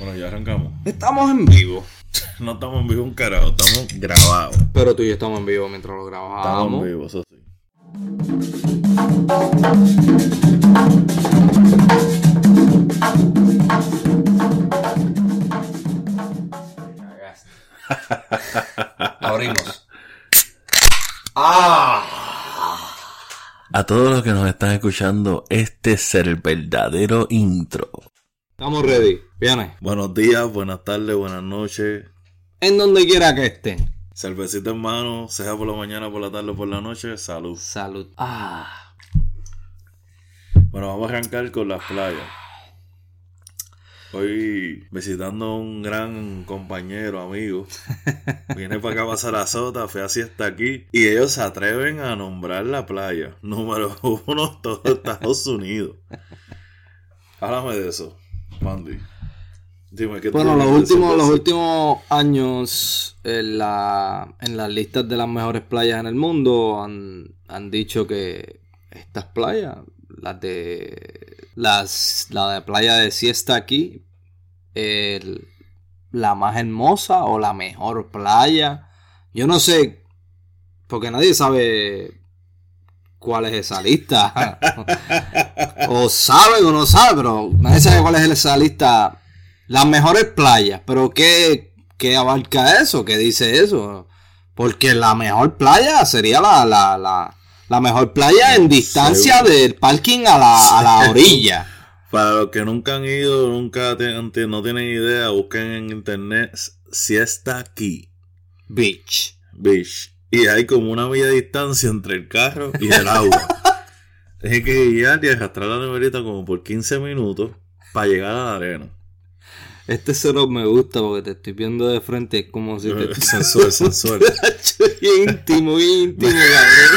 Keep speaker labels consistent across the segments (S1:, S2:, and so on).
S1: Bueno, ya arrancamos.
S2: Estamos en vivo.
S1: No estamos en vivo un carajo, estamos grabados.
S2: Pero tú y yo estamos en vivo mientras lo grabamos.
S1: Estamos en vivo, eso sí.
S2: Abrimos.
S1: A todos los que nos están escuchando, este es el verdadero intro.
S2: Estamos ready. Viene.
S1: Buenos días, buenas tardes, buenas noches.
S2: En donde quiera que estén.
S1: Cervecita en mano, sea por la mañana, por la tarde o por la noche, salud.
S2: Salud.
S1: Bueno, vamos a arrancar con las playas. Hoy visitando a un gran compañero, amigo. Viene para acá a pasar la sota, fue así hasta aquí. Y ellos se atreven a nombrar la playa número 1 de todo Estados Unidos. Háblame de eso, Mandy. Dime, ¿qué
S2: Bueno, los últimos años en las listas de las mejores playas en el mundo han dicho que estas playas, la de playa de Siesta Key, la más hermosa o la mejor playa. Yo no sé, porque nadie sabe cuál es esa lista. O saben o no saben, pero nadie sabe cuál es esa lista. Las mejores playas, pero ¿qué abarca eso? ¿Qué dice eso? Porque la mejor playa sería la mejor playa en distancia del parking a la orilla.
S1: Para los que nunca han ido, no tienen idea, busquen en internet Siesta Key
S2: Beach.
S1: Y hay como una milla de distancia entre el carro y el agua. Tienes que guiar y arrastrar la neverita como por 15 minutos para llegar a la arena.
S2: Este cero me gusta porque te estoy viendo de frente, es como si te...
S1: Sensual.
S2: íntimo, cabrón.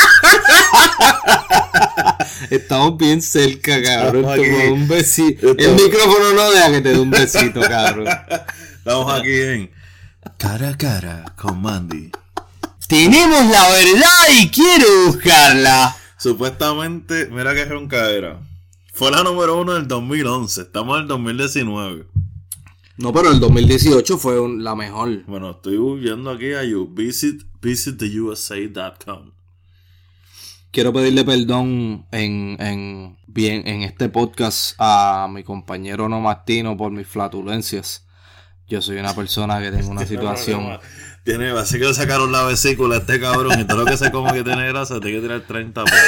S2: Estamos bien cerca, cabrón. Toma un besito. El micrófono no deja que te dé un besito, cabrón.
S1: Estamos aquí en Cara a Cara con Mandy.
S2: Tenemos la verdad y quiero buscarla.
S1: Supuestamente, mira que roncadera. Fue la número 1 del 2011. Estamos en el 2019.
S2: No, pero el 2018 fue la mejor.
S1: Bueno, estoy viendo aquí a visittheusa.com.
S2: Quiero pedirle perdón en este podcast a mi compañero No Martino por mis flatulencias. Yo soy una persona que tengo una situación...
S1: Así que le sacaron la vesícula a este cabrón y todo lo que se come que tiene grasa, tiene que tirar 30 pesos.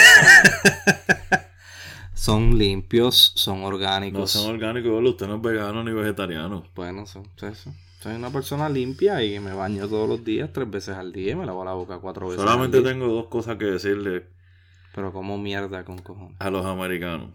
S2: Son limpios, son orgánicos.
S1: No son orgánicos, usted no es vegano ni vegetariano.
S2: Bueno, soy una persona limpia y me baño todos los días, 3 veces al día y me lavo la boca 4 veces
S1: Solamente
S2: al día.
S1: tengo 2 cosas que decirle.
S2: Pero como mierda con cojones.
S1: A los americanos.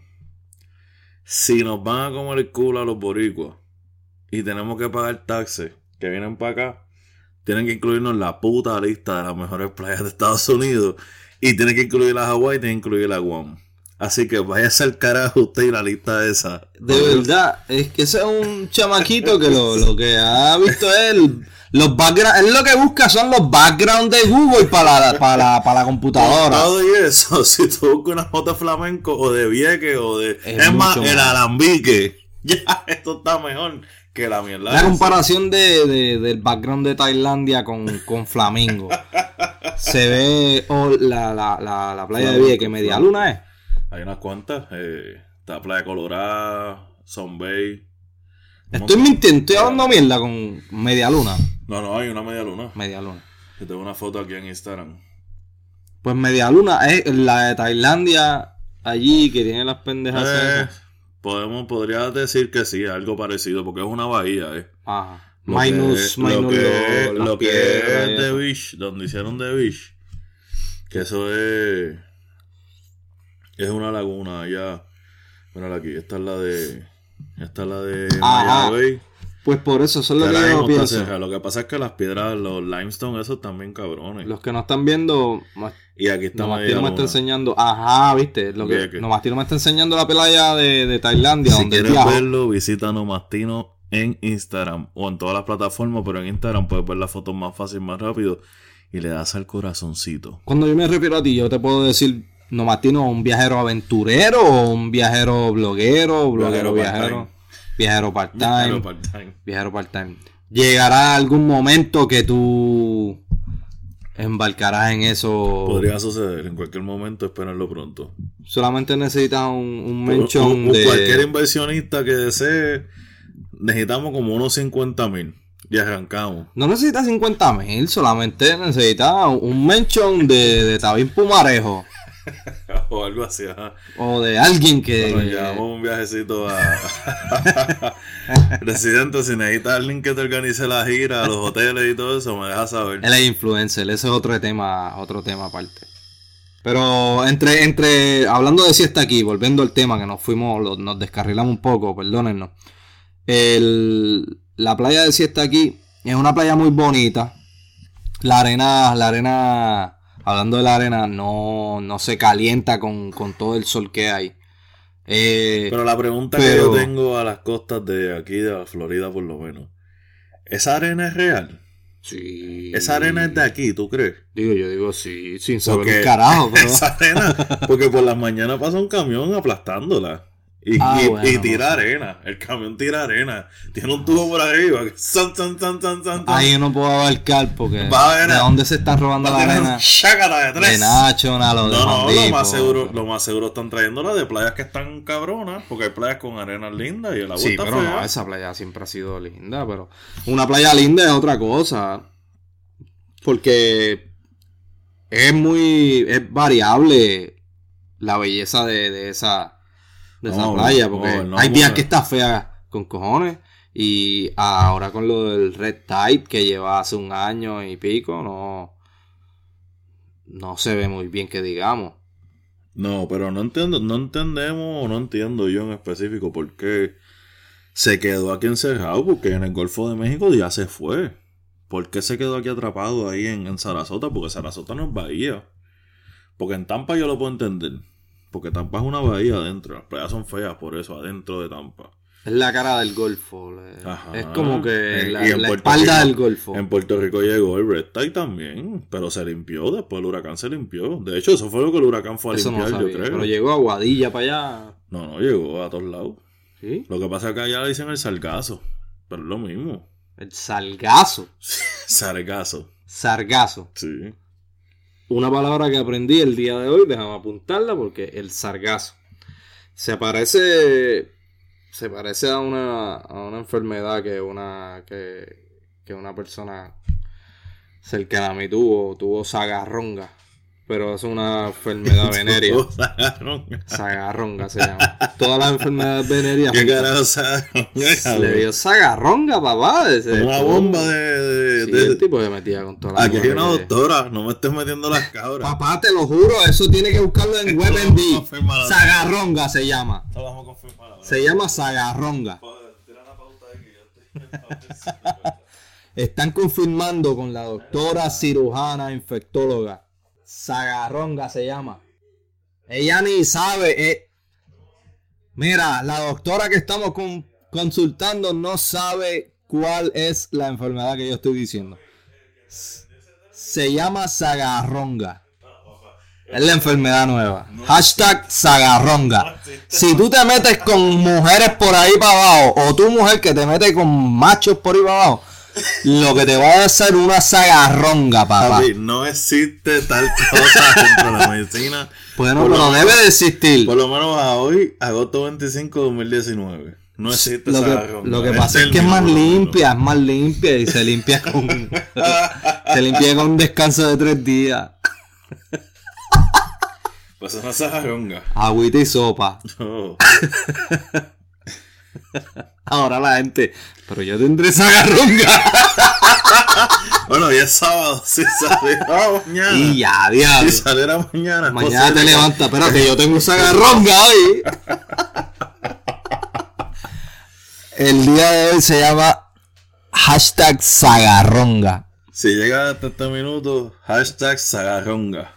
S1: Si nos van a comer el culo a los boricuas y tenemos que pagar taxes que vienen para acá, tienen que incluirnos en la puta lista de las mejores playas de Estados Unidos. Y tienen que incluir a Hawái y tienen que incluir a Guam. Así que váyase al carajo usted y la lista esa.
S2: De verdad, es que ese es un chamaquito que lo que ha visto él. Los background, él lo que busca son los backgrounds de Google para la computadora.
S1: Todo y eso, si tú buscas una foto de flamenco o de Vieques o de... Es más, el alambique. Ya, esto está mejor que la mierda.
S2: La comparación del background de Tailandia con Flamingo. Se ve la playa de Vieques, media luna es.
S1: Hay unas cuantas. Está Playa Colorada, Sun Bay.
S2: Estoy mintiendo, estoy hablando mierda con media luna.
S1: No, hay una media luna.
S2: Media luna.
S1: Yo tengo una foto aquí en Instagram.
S2: Pues media luna es la de Tailandia, allí que tiene las pendejas.
S1: Podría decir que sí, algo parecido, porque es una bahía,
S2: Ajá.
S1: Lo que es The Beach, donde hicieron The Beach, que eso es una laguna allá. Mírala aquí, esta es la de Miami.
S2: Pues por eso es lo que yo pienso.
S1: Lo que pasa es que las piedras, los limestone, esos también cabrones.
S2: Los que no están viendo,
S1: y aquí está
S2: Nomastino me está enseñando. Ajá, viste, Nomastino me está enseñando la playa de Tailandia.
S1: Si
S2: donde
S1: quieres verlo, visita Nomastino en Instagram o en todas las plataformas, pero en Instagram puedes ver las fotos más fácil, más rápido y le das al corazoncito.
S2: Cuando yo me refiero a ti, yo te puedo decir Nomastino, un viajero aventurero o un viajero bloguero, viajero. Viajero part-time.
S1: Viajero part-time.
S2: Viajero part-time. Llegará algún momento que tú embarcarás en eso.
S1: Podría suceder en cualquier momento, espérenlo pronto.
S2: Solamente necesitas un mention de...
S1: Cualquier inversionista que desee, necesitamos como unos 50,000 y arrancamos.
S2: No necesitas 50,000, solamente necesitas un mention de Tabín Pumarejo.
S1: O algo así, ajá.
S2: O de alguien que...
S1: Bueno, llevamos un viajecito a Residente. Si necesitas alguien que te organice la gira, los hoteles y todo eso, me dejas saber.
S2: Él es influencer, ese es otro tema aparte. Pero entre hablando de Siesta Key, volviendo al tema que nos descarrilamos un poco, perdónennos. La playa de Siesta Key es una playa muy bonita. La arena, hablando de la arena, no se calienta con todo el sol que hay.
S1: Pero la pregunta que yo tengo a las costas de aquí, de la Florida por lo menos, ¿esa arena es real?
S2: Sí.
S1: ¿Esa arena es de aquí, tú crees?
S2: Yo digo sí, sin saber un carajo, pero...
S1: Esa arena, porque por las mañanas pasa un camión aplastándola. Y tira arena. El camión tira arena. Tiene un tubo por arriba.
S2: Ahí no puedo abarcar porque ¿de dónde se están robando la arena? De Nacho,
S1: lo más seguro están trayéndola de playas que están cabronas, porque hay playas con arenas lindas y el agua está
S2: pero
S1: fea.
S2: No, esa playa siempre ha sido linda, pero una playa linda es otra cosa. Porque es variable la belleza de esa playa, porque hay días que está fea con cojones, y ahora con lo del Red Tide que lleva hace un año y pico, no se ve muy bien que digamos.
S1: No, pero no entiendo yo en específico por qué se quedó aquí encerrado, porque en el Golfo de México ya se fue. ¿Por qué se quedó aquí atrapado ahí en Sarasota? Porque Sarasota no es bahía. Porque en Tampa yo lo puedo entender. Porque Tampa es una bahía adentro. Las playas son feas por eso, adentro de Tampa.
S2: Es la cara del Golfo.
S1: Ajá.
S2: Es como que la espalda del Golfo.
S1: En Puerto Rico llegó el Red Tide también. Pero se limpió. Después el huracán se limpió. De hecho, eso fue lo que el huracán fue a limpiar, yo creo.
S2: Pero llegó a Aguadilla para allá.
S1: No, llegó a todos lados.
S2: ¿Sí?
S1: Lo que pasa es que allá le dicen el sargazo. Pero es lo mismo.
S2: El sargazo.
S1: Sargazo. Sí.
S2: Una palabra que aprendí el día de hoy, déjame apuntarla, porque el sargazo se parece a una enfermedad que una persona cercana a mí tuvo sagarronga. Pero es una enfermedad venérea. Sagarronga se llama. Todas las enfermedades venéreas.
S1: ¿Qué carajo sagarronga?
S2: Le dio sagarronga, papá.
S1: Una bomba de...
S2: el tipo se metía con todas las...
S1: Aquí hay una doctora, no me estés metiendo las cabras.
S2: Papá, te lo juro, eso tiene que buscarlo en WebMD. Sagarronga se llama. Se llama sagarronga. Están confirmando con la doctora cirujana infectóloga. Sagarronga se llama. Ella ni sabe. Mira, la doctora que estamos consultando no sabe cuál es la enfermedad que yo estoy diciendo. Se llama sagarronga. Es la enfermedad nueva. Hashtag sagarronga. Si tú te metes con mujeres por ahí para abajo, o tu mujer que te mete con machos por ahí para abajo, lo que te va a hacer una sagarronga, papá.
S1: Papi, no existe tal cosa dentro de la medicina.
S2: Bueno, pero debe de existir.
S1: Por lo menos a hoy, agosto 25 de 2019. No existe sagarronga.
S2: Lo que pasa es que es más limpia y se limpia con un descanso de 3 días.
S1: Pues es una sagarronga.
S2: Agüita y sopa.
S1: Oh.
S2: Ahora la gente, pero yo tendré sagarronga.
S1: Bueno, hoy es sábado, si saliera mañana.
S2: Y ya, diablo.
S1: Si saliera mañana.
S2: Mañana te levantas, espérate, yo tengo sagarronga hoy. El día de hoy se llama hashtag sagarronga.
S1: Si llega hasta este minuto, hashtag sagarronga.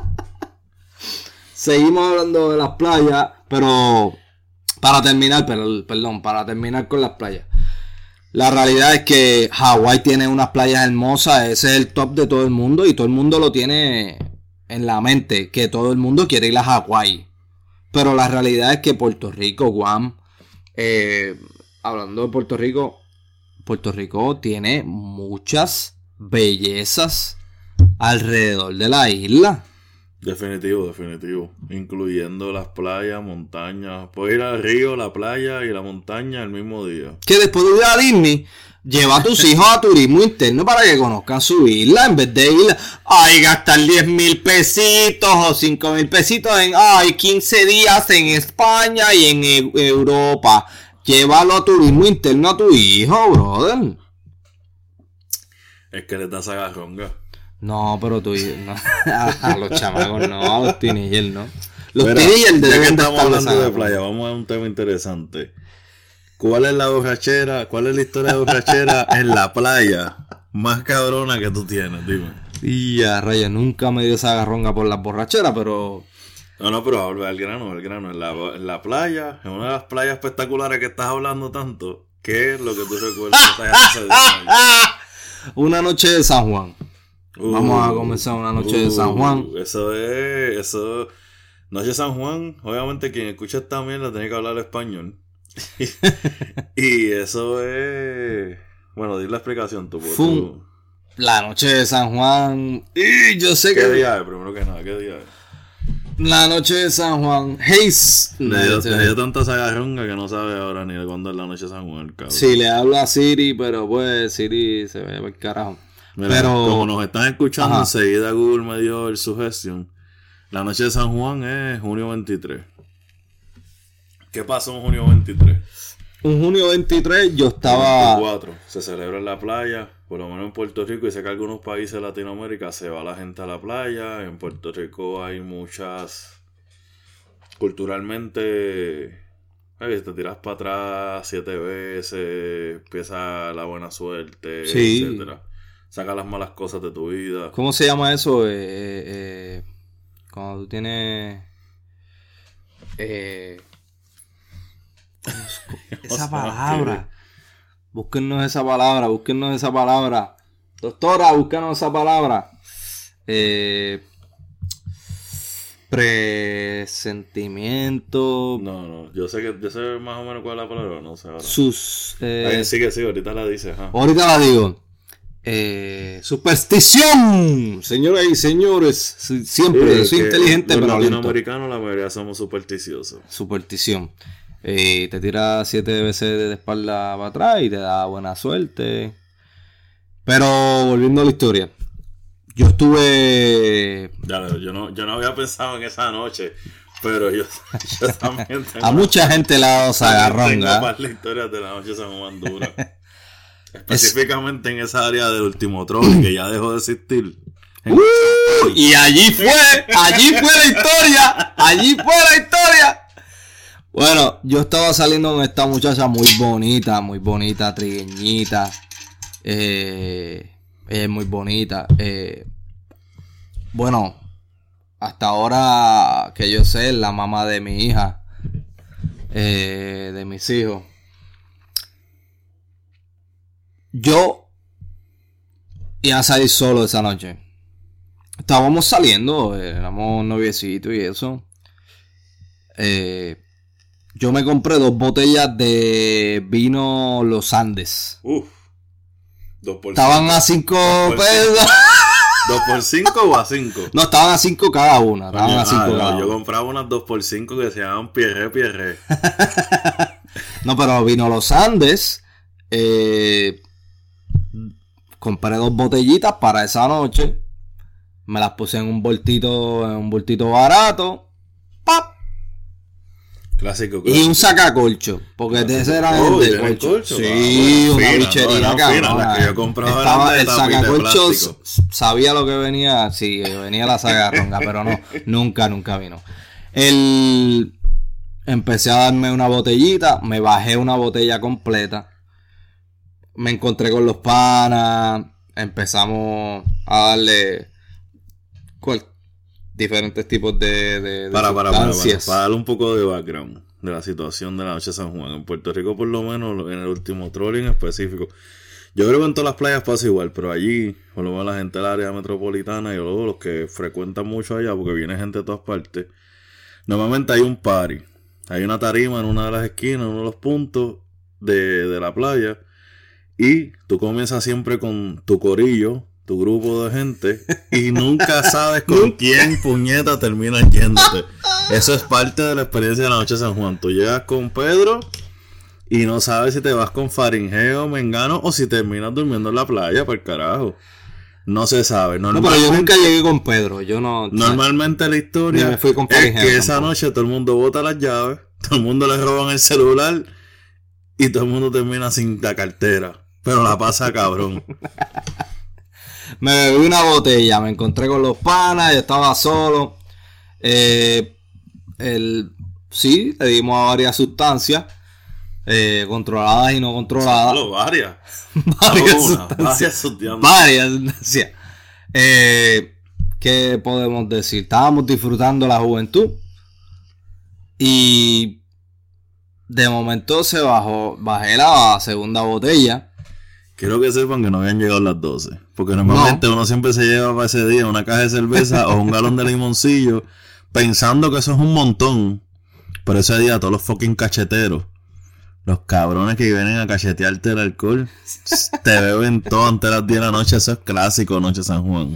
S2: Seguimos hablando de las playas, pero... Para terminar con las playas. La realidad es que Hawái tiene unas playas hermosas. Ese es el top de todo el mundo. Y todo el mundo lo tiene en la mente. Que todo el mundo quiere ir a Hawái. Pero la realidad es que Puerto Rico, Guam, hablando de Puerto Rico tiene muchas bellezas alrededor de la isla.
S1: Definitivo. Incluyendo las playas, montañas. Puedes ir al río, la playa y la montaña el mismo día.
S2: Que después de ir a Disney, lleva a tus hijos a turismo interno para que conozcan su isla. En vez de ir gastar 10,000 pesitos o 5,000 pesitos en 15 días en España y en Europa. Llévalo a turismo interno a tu hijo, brother.
S1: Es que les das agarronga.
S2: No, pero tú no. A los chamacos no, a los teenagers no. Los
S1: Mira,
S2: teenagers
S1: ya que
S2: deben de
S1: estamos
S2: estar
S1: hablando de
S2: lanzados.
S1: playa, vamos a un tema interesante. ¿Cuál es la borrachera? ¿Cuál es la historia de borrachera en la playa más cabrona que tú tienes? Dime.
S2: Y a raya, nunca me dio esa agarronga por las borracheras, pero...
S1: No, pero habla al grano. En la playa, en una de las playas espectaculares que estás hablando tanto, ¿qué es lo que tú recuerdas?
S2: Una noche de San Juan. Vamos a comenzar una noche de San Juan.
S1: Eso. Noche de San Juan, obviamente quien escucha esta mierda tiene que hablar español. Y eso es... Bueno, di la explicación tú.
S2: La noche de San Juan. Y yo sé
S1: ¿Qué
S2: que...
S1: día es? Primero que nada, ¿qué día es?
S2: La noche de San Juan. Haze.
S1: Le dio tanta sagarronga que no sabe ahora ni de cuándo es la noche de San Juan, cabrón.
S2: Sí, le hablo a Siri, pero pues Siri se ve por carajo.
S1: Mira,
S2: pero...
S1: como nos están escuchando,
S2: Ajá.
S1: enseguida Google me dio el suggestion. La noche de San Juan es junio 23. ¿Qué pasó en junio 23?
S2: Un junio 23 yo estaba...
S1: 24. Se celebra en la playa, por lo menos en Puerto Rico, y sé que en algunos países de Latinoamérica se va la gente a la playa. En Puerto Rico hay muchas... Culturalmente... te tiras para atrás 7 veces, empieza la buena suerte,
S2: Sí.
S1: etcétera. Saca las malas cosas de tu vida.
S2: ¿Cómo se llama eso? Cuando tú tienes... esa palabra. Búsquennos esa palabra. Doctora, búsquenos esa palabra. Presentimiento.
S1: No, yo sé más o menos cuál es la palabra, no sé ahora.
S2: Sus...
S1: Sí, ahorita la dices.
S2: ahorita la digo. Superstición. Señoras y señores. Siempre soy inteligente,
S1: los
S2: pero lento.
S1: latinoamericanos la mayoría somos supersticiosos.
S2: Superstición. Te tira 7 veces de espalda para atrás y te da buena suerte. Pero volviendo a la historia, yo estuve...
S1: Yo no había pensado en esa noche, pero yo también tengo...
S2: A mucha gente le ha dado
S1: Tengo
S2: sagarronga.
S1: más la historia de la noche de San Juan dura. Específicamente en esa área del último troll que ya dejó de existir.
S2: Y allí fue la historia. Bueno, yo estaba saliendo con esta muchacha muy bonita, trigueñita. Ella es muy bonita. Bueno, hasta ahora que yo sé, es la mamá de mi hija, de mis hijos. Yo iba a salir solo esa noche. Estábamos saliendo, éramos noviecitos y eso. Yo me compré 2 botellas de vino Los Andes.
S1: 2 por
S2: Estaban a 5 pesos.
S1: 2 por 5 o a 5.
S2: No, estaban a 5 cada una. Estaban a 5 cada
S1: yo
S2: una.
S1: compraba unas 2 por 5 que se llamaban Pierre.
S2: No, pero vino Los Andes. Compré 2 botellitas para esa noche. Me las puse en un bultito barato. ¡Pap!
S1: Clásico.
S2: Y un sacacorcho. Porque de ese era el de corcho. Sí, una bichería cabrona.
S1: que yo compraba
S2: El
S1: tapita de
S2: sacacorcho
S1: plástico.
S2: sabía lo que venía. Sí, venía la sagarronga, pero no, nunca vino. Empecé a darme una botellita, me bajé una botella completa. Me encontré con los panas, empezamos a darle diferentes tipos de
S1: Para
S2: sustancias.
S1: darle un poco de background de la situación de la noche de San Juan. En Puerto Rico, por lo menos, en el último troll en específico. Yo creo que en todas las playas pasa igual, pero allí, por lo menos la gente del área metropolitana y luego los que frecuentan mucho allá, porque viene gente de todas partes, normalmente hay un party. Hay una tarima en una de las esquinas, en uno de los puntos, de la playa. Y tú comienzas siempre con tu corillo, tu grupo de gente, y nunca sabes con quién puñeta terminas yéndote. Eso es parte de la experiencia de la noche de San Juan. Tú llegas con Pedro y no sabes si te vas con Faringeo, Mengano, o si terminas durmiendo en la playa, por carajo. No se sabe.
S2: No, pero yo nunca llegué con Pedro. Yo no.
S1: Normalmente la historia
S2: me fui con
S1: es que esa noche todo el mundo bota las llaves, todo el mundo le roban el celular y todo el mundo termina sin la cartera. Pero la pasa cabrón.
S2: Me bebí una botella, me encontré con los panas, yo estaba solo. Sí, le dimos a varias sustancias, controladas y no controladas.
S1: Solo varias.
S2: Varias sustancias. ¿Qué podemos decir? Estábamos disfrutando la juventud y de momento bajé la segunda botella.
S1: Quiero que sepan que no habían llegado las 12. Porque normalmente uno siempre se lleva para ese día una caja de cerveza o un galón de limoncillo pensando que eso es un montón. Pero ese día todos los fucking cacheteros, los cabrones que vienen a cachetearte el alcohol, te beben todo antes de las 10 de la noche. Eso es clásico, Noche San Juan.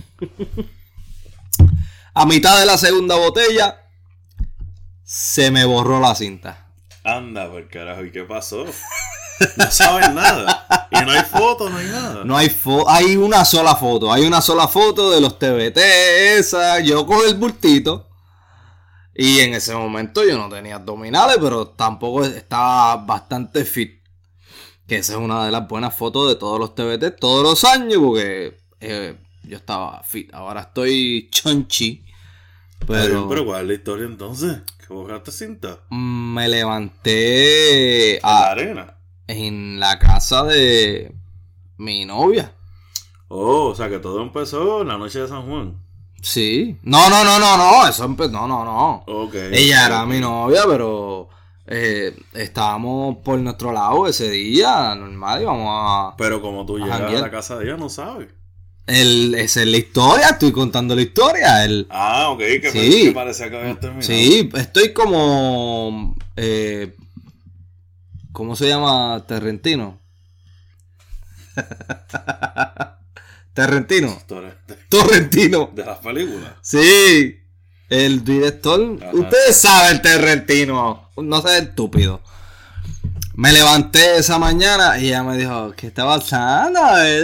S2: A mitad de la segunda botella se me borró la cinta.
S1: Anda, por carajo, ¿y qué pasó? No saben nada. Y no hay fotos, no hay nada.
S2: No hay foto, hay una sola foto. Hay una sola foto de los TBT, esa. Yo con el bultito. Y en ese momento yo no tenía abdominales, pero tampoco estaba bastante fit. Que esa es una de las buenas fotos de todos los TBT, todos los años, porque yo estaba fit. Ahora estoy chonchi.
S1: Pero ¿cuál es la historia entonces? ¿Que borraste cinta?
S2: Me levanté
S1: ¿En la arena?
S2: En la casa de mi novia.
S1: Oh, o sea que todo empezó en la noche de San Juan.
S2: Sí. No. Eso empezó. No.
S1: Okay,
S2: ella era mi novia, pero estábamos por nuestro lado ese día, normal, íbamos a.
S1: Pero como tú llegas a la casa de ella, no sabes.
S2: Esa es la historia, estoy contando la historia.
S1: Ok, que parecía que habías terminado.
S2: Sí, estoy como. ¿Cómo se llama? Terrentino. Torrentino.
S1: ¿De las películas?
S2: Sí. El director. Ajá. Ustedes saben Torrentino. No seas estúpido. Me levanté esa mañana y ella me dijo, ¿qué está pasando?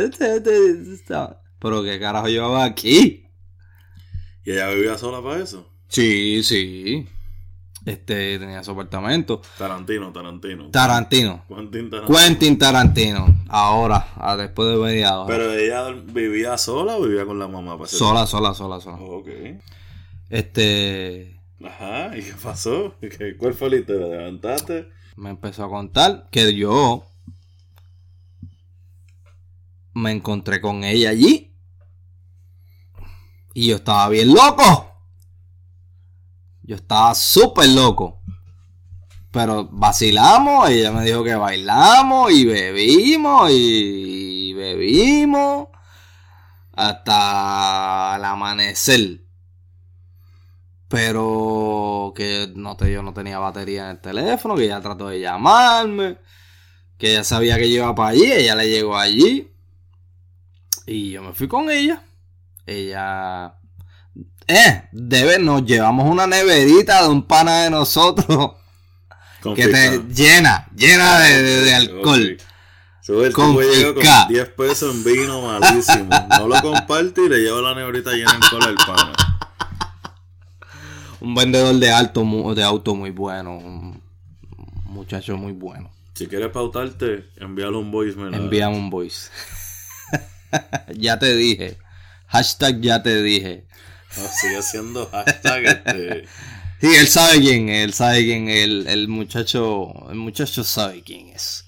S2: Pero ¿qué carajo yo hago aquí?
S1: ¿Y ella vivía sola para eso?
S2: Sí. Tenía su apartamento.
S1: Tarantino.
S2: Quentin Tarantino. Ahora, después de media hora.
S1: ¿Pero ella vivía sola o vivía con la mamá?
S2: Sola.
S1: Ok.
S2: Ajá,
S1: ¿y qué pasó? ¿Cuál fue la historia? ¿Te levantaste?
S2: Me empezó a contar que yo me encontré con ella allí. Y yo estaba bien loco. Yo estaba súper loco. Pero vacilamos. Ella me dijo que bailamos y bebimos. Y bebimos. Hasta el amanecer. Pero que yo no tenía batería en el teléfono. Que ella trató de llamarme. Que ella sabía que yo iba para allí. Ella le llegó allí. Y yo me fui con ella. Ella... nos llevamos una neverita de un pana de nosotros que te llena de alcohol.
S1: El tipo llega con 10 pesos en vino malísimo. No lo comparte y le lleva la neverita llena en cola al pana.
S2: Un vendedor de auto muy bueno. Un muchacho muy bueno.
S1: Si quieres pautarte, envíale un voice.
S2: Envíame un voice. Ya te dije. Hashtag ya te dije.
S1: No, sigue siendo hashtag
S2: Sí, él sabe quién es. Él sabe quién es. El muchacho sabe quién es.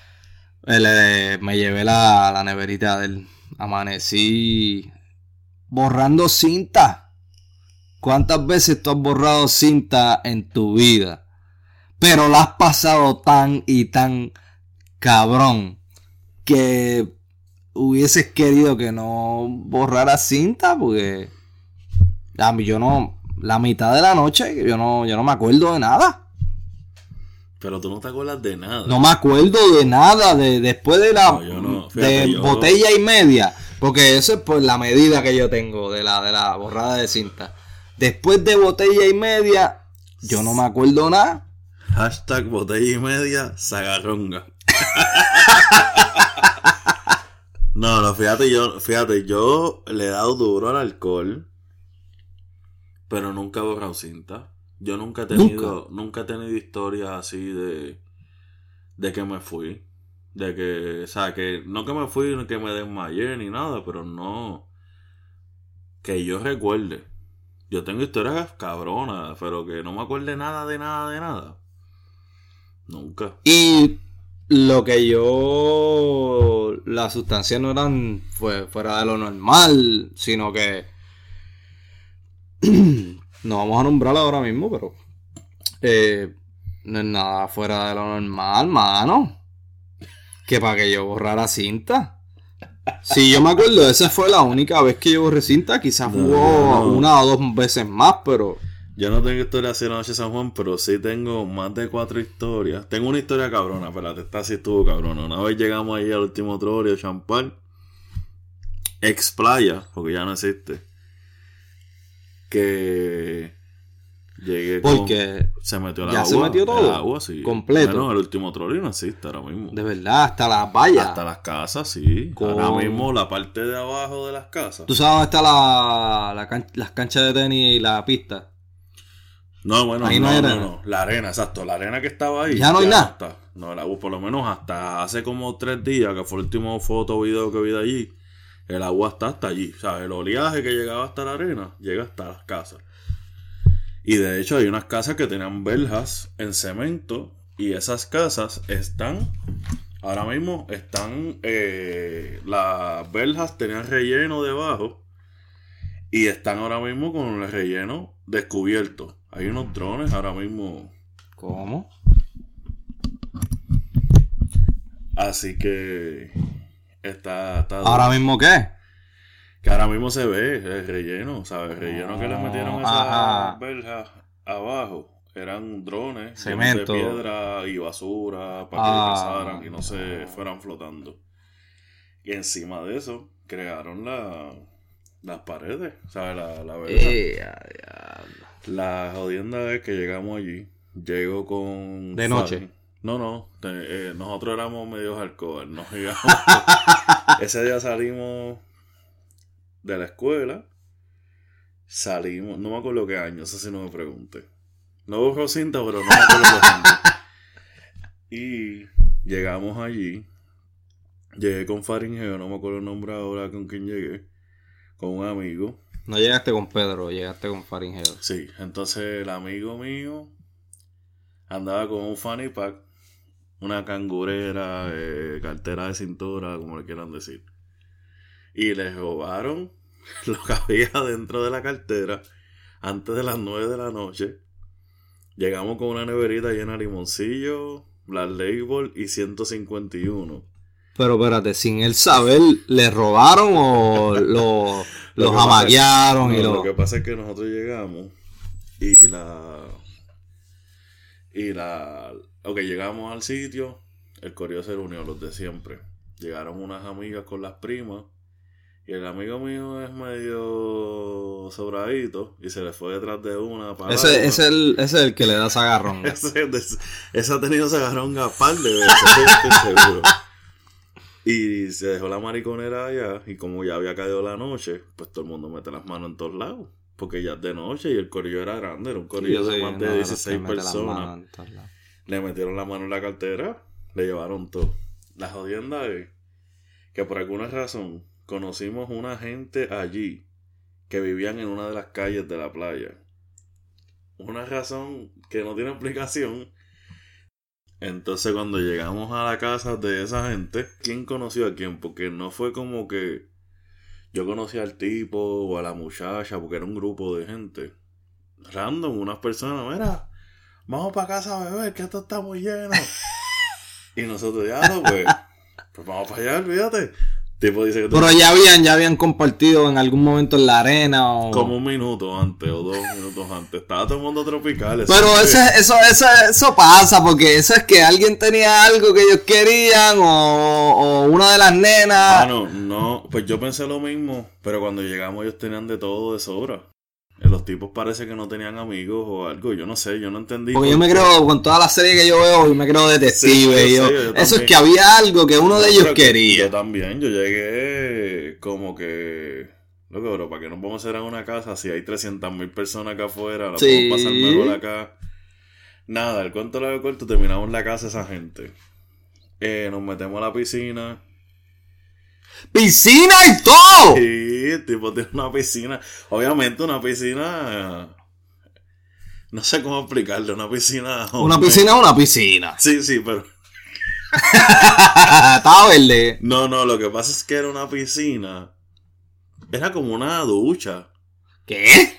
S2: Me llevé la neverita del... Amanecí borrando cinta. ¿Cuántas veces tú has borrado cinta en tu vida? Pero la has pasado tan y tan cabrón que hubieses querido que no borrara cinta, porque yo no, la mitad de la noche yo no me acuerdo de nada.
S1: Pero tú no te acuerdas de nada.
S2: No me acuerdo de nada después de la
S1: No, yo no. Fíjate,
S2: botella y media. Porque eso es por la medida que yo tengo de la borrada de cinta. Después de botella y media, yo no me acuerdo nada.
S1: Hashtag botella y media, sagarronga. No, fíjate, yo le he dado duro al alcohol, pero nunca he borrado cinta. Yo nunca he tenido historias así de que me fui. De que, o sea, que no que me fui, ni que me desmayé ni nada, pero no. Que yo recuerde. Yo tengo historias cabronas, pero que no me acuerde nada de nada. Nunca.
S2: Y lo que las sustancias no eran fuera de lo normal, sino que no vamos a nombrarla ahora mismo, pero no es nada fuera de lo normal, mano. Que para que yo borrara cinta. Si yo me acuerdo, esa fue la única vez que yo borré cinta. Quizás hubo una o dos veces más, pero...
S1: Yo no tengo historia así en la noche de San Juan, pero sí tengo más de 4 historias. Tengo una historia cabrona, espérate, esta sí estuvo cabrona. Una vez llegamos ahí al último Trorio, Champal, ex playa, porque ya no existe. Que llegué
S2: porque
S1: se metió el
S2: ya
S1: agua.
S2: Se metió todo.
S1: El agua, sí.
S2: Completo.
S1: Bueno, el último Trorio no existe ahora mismo.
S2: De verdad, hasta las vallas.
S1: Hasta las casas, sí. Ahora mismo la parte de abajo de las casas.
S2: ¿Tú sabes dónde está las canchas de tenis y la pista?
S1: No, bueno,
S2: ahí
S1: no. La arena, exacto. La arena que estaba ahí.
S2: Ya no hay nada.
S1: No está. No, el agua, por lo menos hasta hace como 3 días, que fue el último foto o video que vi de allí. El agua está hasta allí. O sea, el oleaje que llegaba hasta la arena llega hasta las casas. Y de hecho hay unas casas que tenían verjas en cemento. Y esas casas están... Ahora mismo están... las verjas tenían relleno debajo. Y están ahora mismo con el relleno descubierto. Hay unos drones ahora mismo.
S2: ¿Cómo?
S1: Así que... Está
S2: ¿Ahora mismo qué?
S1: Que ahora mismo se ve el relleno, ¿sabes? El relleno que le metieron a esas verjas abajo eran drones,
S2: cemento,
S1: de piedra y basura para que pasaran y no se fueran flotando. Y encima de eso crearon las paredes, ¿sabes? La verja. La jodienda es que llegamos allí, llego con...
S2: ¿De noche?
S1: No, nosotros éramos medio hardcore, nos íbamos... Ese día salimos de la escuela, salimos, no me acuerdo qué año, eso sí no me pregunte. No borro cinta, pero no me acuerdo qué año. Y llegamos allí, llegué con Faringeo, no me acuerdo el nombre ahora con quién llegué, con un amigo.
S2: No llegaste con Pedro, llegaste con Faringeo.
S1: Sí, entonces el amigo mío andaba con un fanny pack, una cangurera, cartera de cintura, como le quieran decir. Y le robaron lo que había dentro de la cartera antes de las 9 de la noche. Llegamos con una neverita llena de limoncillo, Black Label y 151.
S2: Pero espérate, sin él saber, ¿le robaron o los amaguearon?
S1: Lo que pasa es que nosotros llegamos Ok, llegamos al sitio, el corillo se reunió, los de siempre. Llegaron unas amigas con las primas. Y el amigo mío es medio sobradito y se le fue detrás de una para
S2: ese es el que le da sagarrón.
S1: ese ha tenido sagarrón a par de veces, estoy seguro. Y se dejó la mariconera allá y como ya había caído la noche, pues todo el mundo mete las manos en todos lados. Porque ya es de noche y el corillo era grande, era un corillo de más de 16 personas. Le metieron la mano en la cartera, le llevaron todo. La jodienda es que por alguna razón conocimos una gente allí que vivían en una de las calles de la playa. Una razón que no tiene explicación. Entonces cuando llegamos a la casa de esa gente, ¿quién conoció a quién? Porque no fue como que yo conocí al tipo o a la muchacha, porque era un grupo de gente random, unas personas, mira, vamos para casa a beber, que esto está muy lleno. Y nosotros ya, pues vamos para allá, olvídate. Tipo dice que
S2: Pero ya habían compartido en algún momento en la arena o...
S1: como un minuto antes o 2 minutos antes. Estaba todo el mundo tropical.
S2: Pero eso pasa, porque eso es que alguien tenía algo que ellos querían o una de las nenas.
S1: No, pues yo pensé lo mismo, pero cuando llegamos ellos tenían de todo de sobra. Los tipos parece que no tenían amigos o algo, yo no sé, yo no entendí.
S2: Porque yo me creo, con toda la serie que yo veo, yo me creo detective.
S1: Sí, yo
S2: eso es
S1: también.
S2: que había algo que uno de ellos quería.
S1: Yo también, yo llegué como que... Loco, pero ¿para qué nos vamos a hacer en una casa si hay 300,000 personas acá afuera? Nos
S2: Sí.
S1: podemos pasar mejor acá. Nada, el cuento largo corto, terminamos en la casa de esa gente. Nos metemos a la piscina.
S2: ¡Piscina y todo!
S1: Sí, el tipo tiene una piscina. Obviamente una piscina... No sé cómo explicarlo, una piscina...
S2: Una piscina es una piscina.
S1: Sí, pero...
S2: Estaba verde.
S1: No, lo que pasa es que era una piscina. Era como una ducha.
S2: ¿Qué?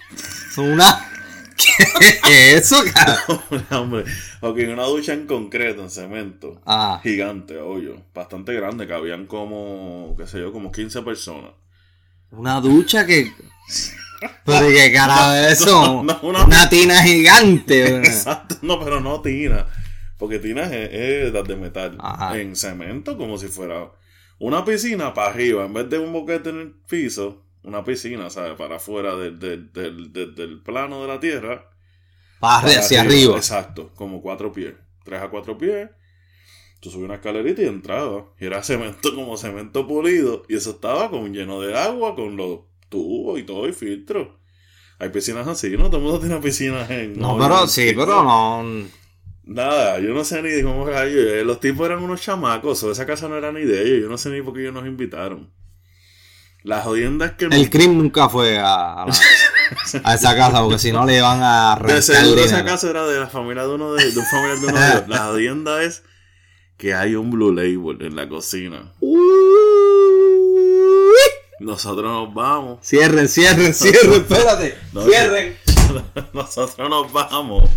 S2: ¿Qué es eso, cabrón?
S1: Hombre, ok, una ducha en concreto, en cemento.
S2: Ah.
S1: Gigante, hoyo. Bastante grande, que habían como, qué sé yo, como 15 personas.
S2: Una ducha que... Pero qué carajo es eso.
S1: No,
S2: una tina gigante.
S1: Exacto, no, pero no tina. Porque tina es de metal.
S2: Ajá.
S1: En cemento, como si fuera una piscina para arriba. En vez de un boquete en el piso, una piscina, ¿sabes? Para afuera del plano de la tierra.
S2: Para hacia arriba.
S1: Exacto, como 4 pies. 3 a 4 pies. Tú subías una escalerita y entrabas. Y era cemento como cemento pulido. Y eso estaba con lleno de agua, con los tubos y todo, y filtro. Hay piscinas así, ¿no? Todo el mundo tiene piscinas en...
S2: No, pero sí, pero no...
S1: Nada, yo no sé ni cómo rayos. Los tipos eran unos chamacos, o esa casa no era ni de ellos. Yo no sé ni por qué ellos nos invitaron. La jodienda es que...
S2: El crimen nunca fue a esa casa, porque si no le iban a
S1: de
S2: arrancar
S1: seguro
S2: el
S1: esa
S2: dinero.
S1: casa era de la familia de uno de un familiar de uno de ellos. La jodienda es que hay un Blue Label en la cocina. Nosotros nos vamos.
S2: Cierren, espérate.
S1: No,
S2: Cierren.
S1: Nosotros nos vamos.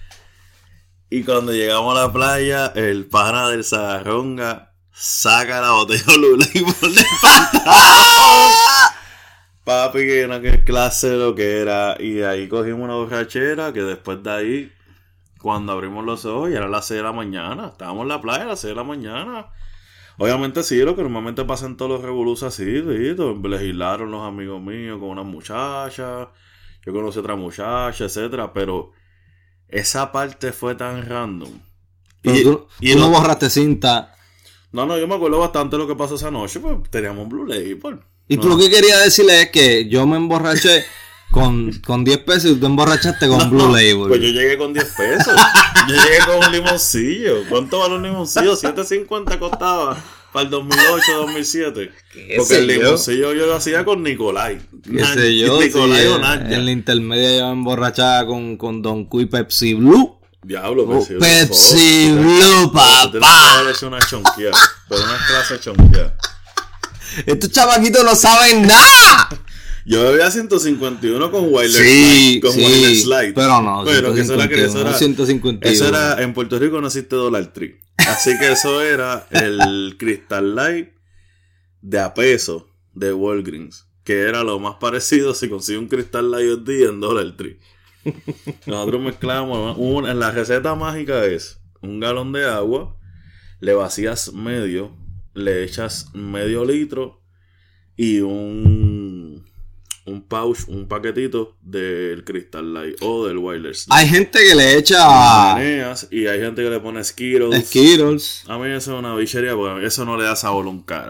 S1: Y cuando llegamos a la playa, el pana del Zagarronga saca la botella de Blue Label del pantalón. Papi, que era que clase de lo que era. Y de ahí cogimos una borrachera que después de ahí, cuando abrimos los ojos, ya era las 6 de la mañana. Estábamos en la playa a las 6 de la mañana. Obviamente sí, lo que normalmente pasa en todos los revoluciones así, legislaron los amigos míos con una muchacha, yo conocí otra muchacha, etcétera, pero esa parte fue tan random.
S2: Pero tú no borraste cinta.
S1: No, yo me acuerdo bastante de lo que pasó esa noche, pues teníamos un Blue Label.
S2: Y tú lo que querías decirle es que yo me emborraché con 10 pesos y tú emborrachaste con Blue Label.
S1: Pues yo llegué con 10 pesos. Yo llegué con un limoncillo. ¿Cuánto vale un limoncillo? 7.50 costaba para el 2008-2007. Porque el limoncillo yo lo hacía con Nicolai.
S2: ¿Qué sé yo?
S1: Nicolai o
S2: En
S1: Naya.
S2: la intermedia yo me emborrachaba con Don Q y Pepsi Blue.
S1: Diablo,
S2: Pepsi Blue, papá.
S1: Tienes que una chonquía. Pero una clase chonquía.
S2: Estos chamaquitos no saben nada.
S1: Yo bebía 151 con Wireless
S2: Sí,
S1: Slide. Con Wireless Slide.
S2: Pero no,
S1: pero que eso era
S2: 151.
S1: Eso era, en Puerto Rico no existe Dollar Tree. Así que eso era el Crystal Light de a peso de Walgreens. Que era lo más parecido si consigue un Crystal Light hoy día en Dollar Tree. Nosotros mezclamos. En la receta mágica es un galón de agua, le vacías medio, le echas medio litro y un pouch, un paquetito del Crystal Light o del Wireless Light.
S2: Hay gente que le echa
S1: Y hay gente que le pone Skittles.
S2: Skittles.
S1: A mí eso es una bichería porque eso no le da sabor a un cara.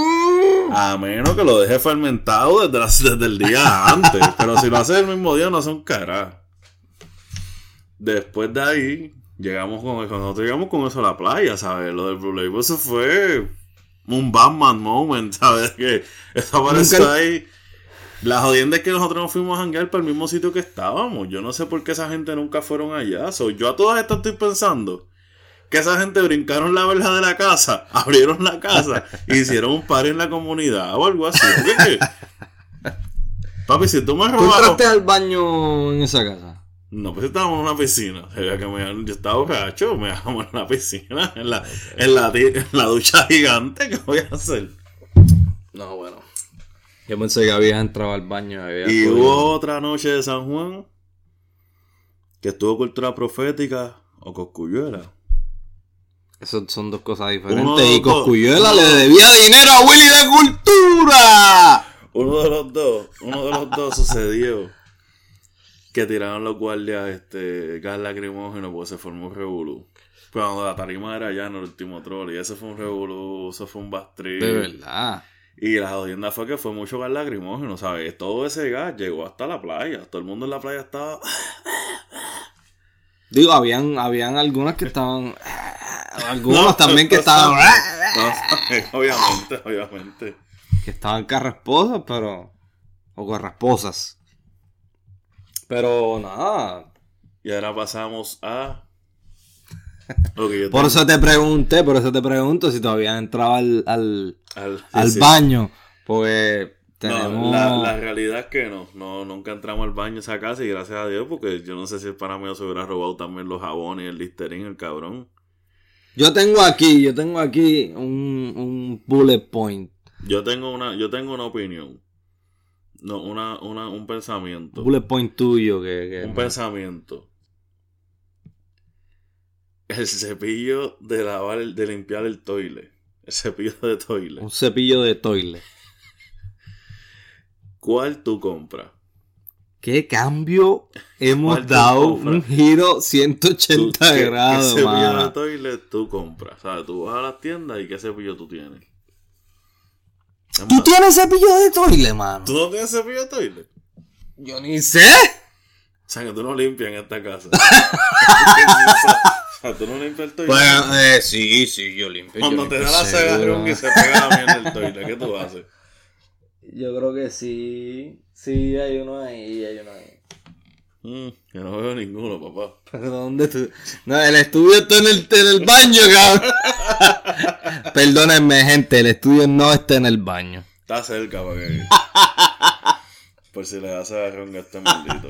S1: A menos que lo deje fermentado desde el día antes. Pero si lo hace el mismo día no hace un cara. Después de ahí llegamos con eso. Nosotros llegamos con eso a la playa, ¿sabes? Lo del Blue Label, eso fue un Batman moment, ¿sabes? Que eso apareció ahí. La jodienda es que nosotros nos fuimos a janguear para el mismo sitio que estábamos. Yo no sé por qué esa gente nunca fueron allá. Yo a todas estas estoy pensando que esa gente brincaron la verja de la casa, abrieron la casa y hicieron un party en la comunidad o algo así. ¿Por qué? Papi, si tú me
S2: ¿Tú
S1: robaron...
S2: entraste al baño en esa casa?
S1: No, pues estábamos en una piscina. Yo estaba borracho, me dejamos en la piscina, en la ducha gigante. ¿Qué voy a hacer?
S2: No, bueno. Yo pensé que habías entrado al baño.
S1: Y hubo otra noche de San Juan que estuvo Cultura Profética o Cosculluela.
S2: Esas son dos cosas diferentes. Y Cosculluela le debía dinero a Willy de Cultura.
S1: Uno de los dos sucedió que tiraron los guardias gas lacrimógeno porque se formó un revolú. Pero cuando la tarima era ya en el último troll y ese fue un revolú, eso fue un bastrillo.
S2: De verdad.
S1: Y la jodienda fue que fue mucho gas lacrimógeno, ¿sabes? Todo ese gas llegó hasta la playa. Todo el mundo en la playa estaba...
S2: Digo, habían algunas que estaban... Algunos también que estaban...
S1: Obviamente.
S2: Que estaban carrasposas, pero... O carrasposas. Pero nada.
S1: Y ahora pasamos a...
S2: Por eso te pregunto si todavía entraba al
S1: sí.
S2: baño. Pues tenemos...
S1: No, la realidad es que no, nunca entramos al baño a esa casa y gracias a Dios, porque yo no sé si el pana mío se hubiera robado también los jabones y el Listerine, el cabrón.
S2: Yo tengo aquí un bullet point.
S1: Yo tengo una opinión. No, un pensamiento.
S2: Bullet point tuyo que
S1: un pensamiento. El cepillo de limpiar el toile. El cepillo de toile.
S2: Un cepillo de toile.
S1: ¿Cuál tú compras?
S2: ¿Qué cambio hemos dado? Un giro 180 grados,
S1: ¿Qué cepillo
S2: mano?
S1: de toile tú compras? ¿Sabes? Tú vas a las tiendas y ¿qué cepillo tú tienes?
S2: ¿Tú tienes cepillo de toile, mano?
S1: ¿Tú no tienes cepillo de toile?
S2: Yo ni sé.
S1: O sea, que tú no limpias en esta casa. O sea, tú no limpias el toile.
S2: Bueno, sí, yo limpio.
S1: Cuando te da la cegarrón y se pega la mierda del toile, ¿qué tú haces?
S2: Yo creo que sí. Sí, hay uno ahí.
S1: Yo no veo ninguno, papá.
S2: ¿Pero dónde tú? No, el estudio está en el baño, cabrón. Perdónenme, gente, el estudio no está en el baño.
S1: Está cerca para que... Por si le das agarrón a este maldito.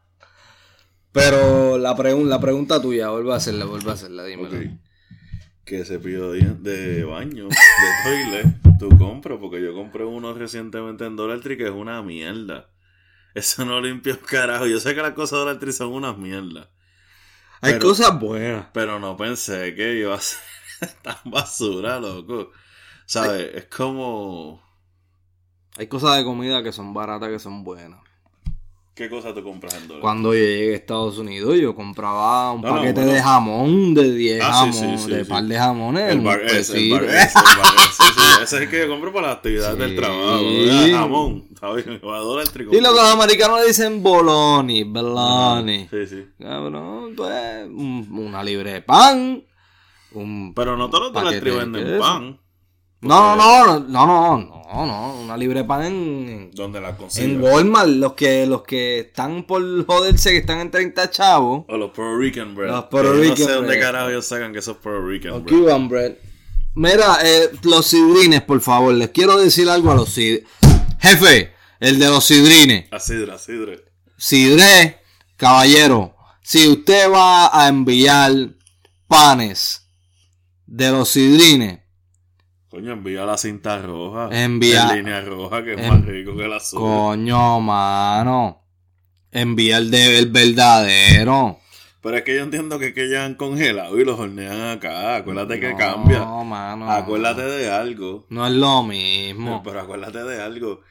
S2: Pero la pregunta tuya, vuelve a hacerla, dímelo.
S1: Okay. ¿Qué cepillo de baño, de toile, tú compras? Porque yo compré uno recientemente en Dollar Tree que es una mierda. Eso no limpia un carajo. Yo sé que las cosas de Dollar Tree son unas mierdas.
S2: Hay cosas buenas.
S1: Pero no pensé que iba a ser tan basura, loco. ¿Sabes? Es como...
S2: Hay cosas de comida que son baratas, que son buenas.
S1: ¿Qué cosa tú compras en Dollar?
S2: Cuando yo llegué a Estados Unidos, yo compraba un paquete de jamón, de 10 par de jamones.
S1: Ese es el que yo compro para las actividades del trabajo. Jamón, ¿sabes? Y
S2: lo que los americanos le dicen bologna.
S1: Sí.
S2: Cabrón, pues, una libre de pan.
S1: Pero no todos los Dollar Tree venden pan.
S2: No, una libre de pan en...
S1: ¿Dónde la consiguen?
S2: En Walmart, los que están por joderse, que están en 30 chavos.
S1: O los Puerto Rican bread.
S2: Los Puerto Rican bread.
S1: No sé dónde carajo ellos sacan que esos Puerto Rican bread.
S2: Cuban bread. Mira, los sidrines, por favor, les quiero decir algo a los sidrines. Jefe, el de los sidrines.
S1: A sidre.
S2: Sidre, caballero, si usted va a enviar panes de los sidrines,
S1: coño, envía la cinta roja.
S2: Envía.
S1: En línea roja, que es más rico que el azul.
S2: Coño, mano. Envía el verdadero.
S1: Pero es que yo entiendo que ya han congelado y los hornean acá. Acuérdate que cambia.
S2: No, mano.
S1: Acuérdate de algo.
S2: No es lo mismo.
S1: Pero acuérdate de algo.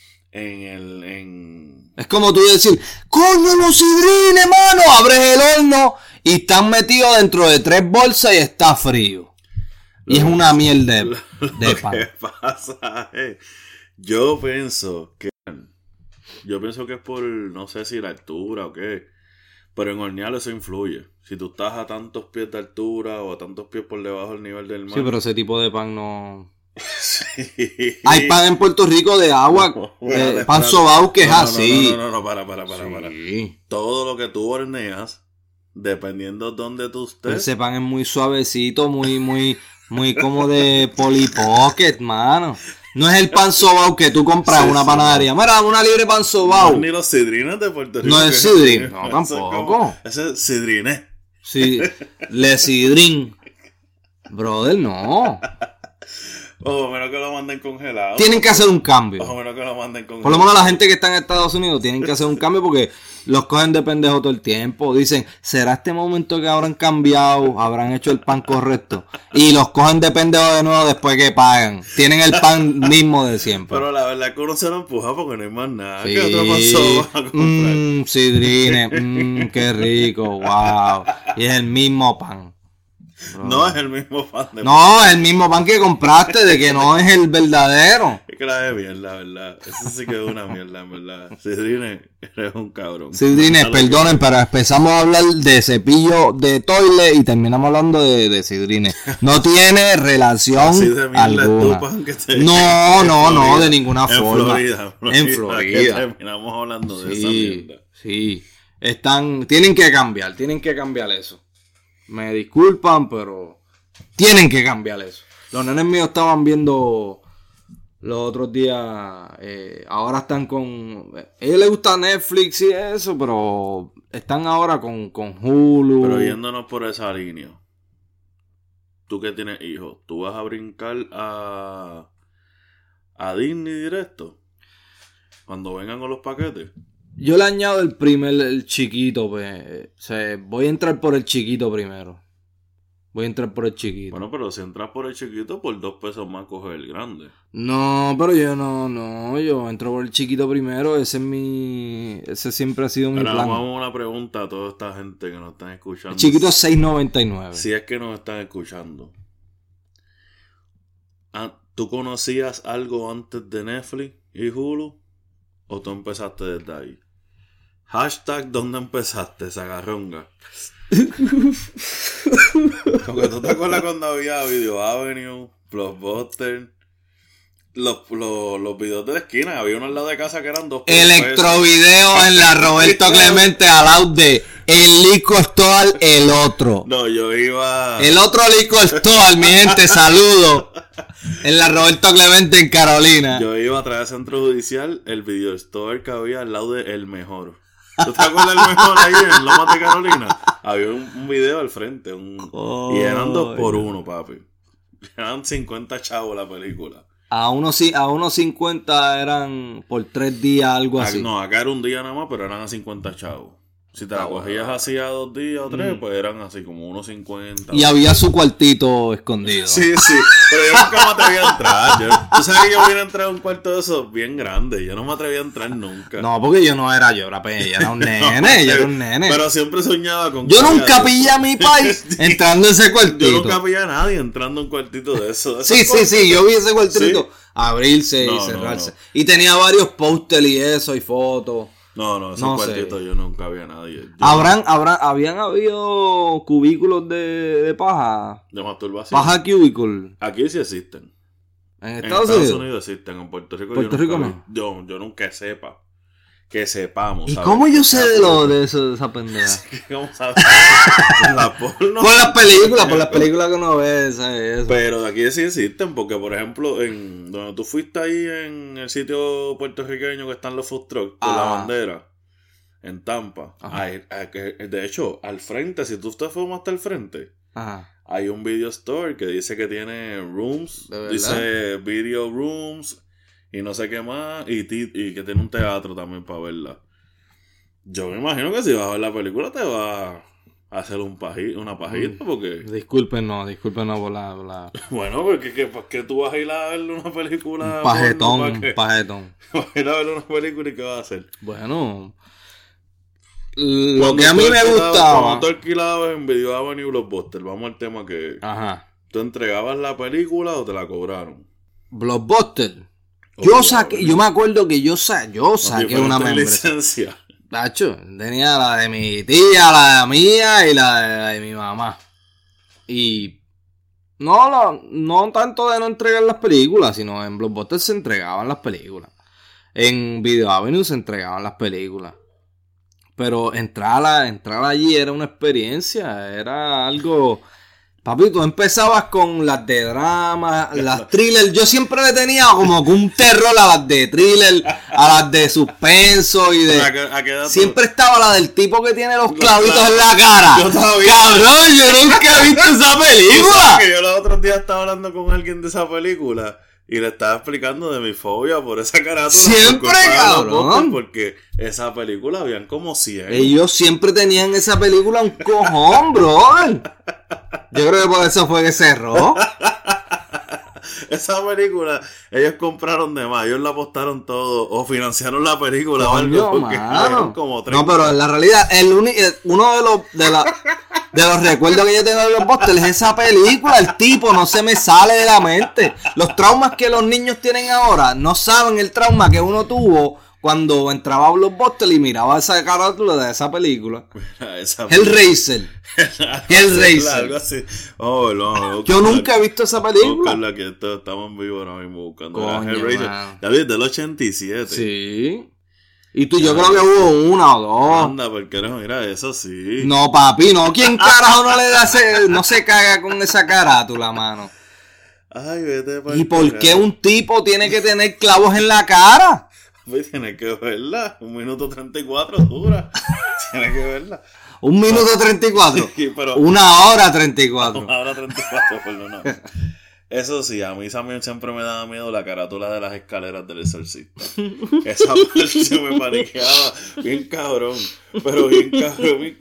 S2: Es como tú decir, coño, los sidrines, mano. Abres el horno y están metidos dentro de 3 bolsas y está frío. Y es una miel de pan.
S1: Lo que pasa es, yo pienso que es por, no sé si la altura o qué, pero en hornear eso influye. Si tú estás a tantos pies de altura o a tantos pies por debajo del nivel del mar.
S2: Sí, pero ese tipo de pan no...
S1: Sí.
S2: Hay pan en Puerto Rico de agua, pan sobao que es así.
S1: No, para.
S2: Sí.
S1: Todo lo que tú horneas, dependiendo de dónde tú estés.
S2: Ese pan es muy suavecito, muy como de Polly Pocket, mano. No es el pan sobao que tú compras en una panadería. Mira, una libre pan sobao.
S1: No, ni los sidrines de Puerto Rico.
S2: No es sidrín. No, tampoco.
S1: Ese es sidrine.
S2: Sí, le sidrín. Brother, no.
S1: O menos que lo manden congelado.
S2: Tienen que hacer un cambio.
S1: O menos que lo manden congelado.
S2: Por lo menos la gente que está en Estados Unidos tienen que hacer un cambio porque los cogen de pendejo todo el tiempo. Dicen, ¿será este momento que habrán cambiado? ¿Habrán hecho el pan correcto? Y los cogen de pendejo de nuevo después que pagan. Tienen el pan mismo de siempre.
S1: Pero la verdad es que uno se lo empuja porque no hay más nada.
S2: Sí.
S1: ¿Qué otro paso vas a comprar?
S2: Sidrines, qué rico, wow. Y es el mismo pan. Bro.
S1: No es el mismo pan de
S2: No, es el mismo pan que compraste, de que no es el verdadero.
S1: Es que la de mierda, ¿verdad? Eso sí que es una mierda, en verdad. Sidrine, eres un cabrón.
S2: Sidrines, perdonen, pero empezamos a hablar de cepillo de toilet y terminamos hablando de sidrines. No tiene relación
S1: Así de mierda
S2: alguna.
S1: es tu pan que te-
S2: No, de ninguna
S1: en
S2: forma.
S1: Florida,
S2: En
S1: que
S2: Florida.
S1: terminamos hablando de esa
S2: Sí,
S1: mierda.
S2: sí. Tienen que cambiar eso. Me disculpan, pero tienen que cambiar eso. Los nenes míos estaban viendo los otros días, ahora están con... A ellos les gusta Netflix y eso, pero están ahora con Hulu.
S1: Pero yéndonos por esa línea, tú que tienes hijos, ¿tú vas a brincar a Disney directo? Cuando vengan con los paquetes.
S2: Yo le añado el chiquito, pues. O sea, voy a entrar por el chiquito primero.
S1: Bueno, pero si entras por el chiquito, por $2 más coges el grande.
S2: No, pero yo no, yo entro por el chiquito primero, ese siempre ha sido mi
S1: Ahora
S2: plan.
S1: vamos a una pregunta a toda esta gente que nos están escuchando.
S2: El chiquito es $6.99.
S1: Si es que nos están escuchando. ¿Tú conocías algo antes de Netflix y Hulu? ¿O tú empezaste desde ahí? Hashtag ¿dónde empezaste, Zagarronga? Porque tú te acuerdas cuando había Video Avenue, Blockbuster, los videos de la esquina, había uno al lado de casa que eran 2 pesos.
S2: Electrovideo en la Roberto Clemente al lado de el Lico Store, el otro.
S1: No, yo iba...
S2: El otro Lico Store, mi gente, saludo. En la Roberto Clemente en Carolina.
S1: Yo iba a través del centro judicial, el video store que había al lado de El Mejor. ¿Tú te acuerdas del Mejor ahí en Lomas de Carolina? Había un video al frente. Y eran 2 por 1, papi. Eran 50 chavos la película.
S2: A unos 50 eran por 3 días, algo así.
S1: No, acá era un día nada más, pero eran a 50 chavos. Si te la cogías así a 2 días o 3, pues eran así como unos 50.
S2: Y había su cuartito escondido.
S1: Sí, pero yo nunca me atreví a entrar. Tú sabes que yo vine a entrar a un cuarto de esos bien grande. Yo no me atreví a entrar nunca.
S2: No, porque yo era un nene, yo era un nene.
S1: Pero siempre soñaba con...
S2: Yo nunca pillé a mi país entrando en ese cuartito.
S1: Yo nunca pillé a nadie entrando en un cuartito de eso.
S2: Sí, yo vi ese cuartito abrirse
S1: No,
S2: y cerrarse.
S1: no.
S2: Y tenía varios pósteres y eso, y fotos.
S1: No, esos
S2: No
S1: cuartitos
S2: sé.
S1: yo nunca vi a nadie.
S2: Habían habido cubículos de paja.
S1: De masturbación.
S2: Paja cubículo.
S1: Aquí sí existen.
S2: En
S1: En
S2: Estados Unidos.
S1: existen. En Puerto Rico
S2: Puerto
S1: yo
S2: Rico
S1: nunca
S2: no.
S1: vi. Yo nunca sepa. Que sepamos.
S2: ¿Y
S1: ¿sabes?
S2: cómo yo sé de eso, de esa pendeja?
S1: ¿Cómo sabes? La porno.
S2: Por las películas que uno ve, ¿sabes? Eso.
S1: Pero aquí sí existen, porque por ejemplo, en donde tú fuiste ahí en el sitio puertorriqueño que están los food trucks, con la bandera, en Tampa, de hecho, al frente, si tú te fumas hasta el frente,
S2: Ajá.
S1: hay un video store que dice que tiene rooms,
S2: ¿De verdad?
S1: dice video rooms y no sé qué más, y que tiene un teatro también para verla. Yo me imagino que si vas a ver la película te va a hacer una pajita, porque...
S2: Discúlpenos por la...
S1: Bueno, porque que tú vas a ir a ver una película...
S2: Pajetón.
S1: Vas a ir a ver una película y ¿qué vas a hacer?
S2: Bueno, lo que a mí me gustaba...
S1: Cuando tú alquilabas en Video Avenue Blockbuster, vamos al tema que...
S2: Ajá.
S1: ¿Tú entregabas la película o te la cobraron?
S2: Blockbuster.
S1: Obligado,
S2: Yo me acuerdo que yo saqué una membresía.
S1: licencia.
S2: Tacho, tenía la de mi tía, la de mía y la de mi mamá. Y no tanto de no entregar las películas, sino en Blockbuster se entregaban las películas. En Video Avenue se entregaban las películas. Pero entrar allí era una experiencia, era algo Papi, tú empezabas con las de drama, las thriller. Yo siempre le tenía como que un terror a las de thriller, a las de suspenso y de...
S1: ¿A qué edad
S2: Siempre estaba la del tipo que tiene los clavitos
S1: clavos.
S2: en la cara.
S1: Yo todavía-
S2: Cabrón, yo nunca he visto esa película.
S1: Que yo los otros días estaba hablando con alguien de esa película y le estaba explicando de mi fobia por esa carátula.
S2: Siempre,
S1: por culpa de los
S2: cabrón.
S1: Ghostbusters, porque esa película habían como 100.
S2: Ellos siempre tenían esa película un cojón, brother. Yo creo que por eso fue que cerró.
S1: Esa película, ellos compraron de más, ellos la apostaron todo o financiaron la película o algo,
S2: Coño,
S1: porque
S2: mano.
S1: eran como 30.
S2: No, pero en la realidad, uno de los recuerdos que yo tengo de los Ghostbusters es esa película. El tipo no se me sale de la mente. Los traumas que los niños tienen ahora no saben el trauma que uno tuvo cuando entraba a Blockbuster y miraba esa carátula de esa película.
S1: Esa
S2: Hellraiser. Hellraiser.
S1: Algo así. Oh, no,
S2: Yo nunca he visto esa película.
S1: Buscarla, que estamos en vivo ahora mismo buscando.
S2: Coño,
S1: Hellraiser.
S2: mano.
S1: David, del 87.
S2: Sí. Y tú, yo creo que hubo una o dos.
S1: Anda, porque no, mira, eso sí.
S2: No, papi, no. ¿Quién carajo no le da no se caga con esa carátula, mano?
S1: Ay, vete para
S2: ¿Y por qué un tipo tiene que tener clavos en la cara?
S1: Tienes que verla. 1 minuto 34 dura. Tienes que verla.
S2: 1 minuto 34.
S1: Sí, pero
S2: 1 hora 34.
S1: ahora 34, perdón. Eso sí, a mí también siempre me daba miedo la carátula de las escaleras del exorcista. Esa parte se me paniqueaba bien cabrón. Pero bien cabrón.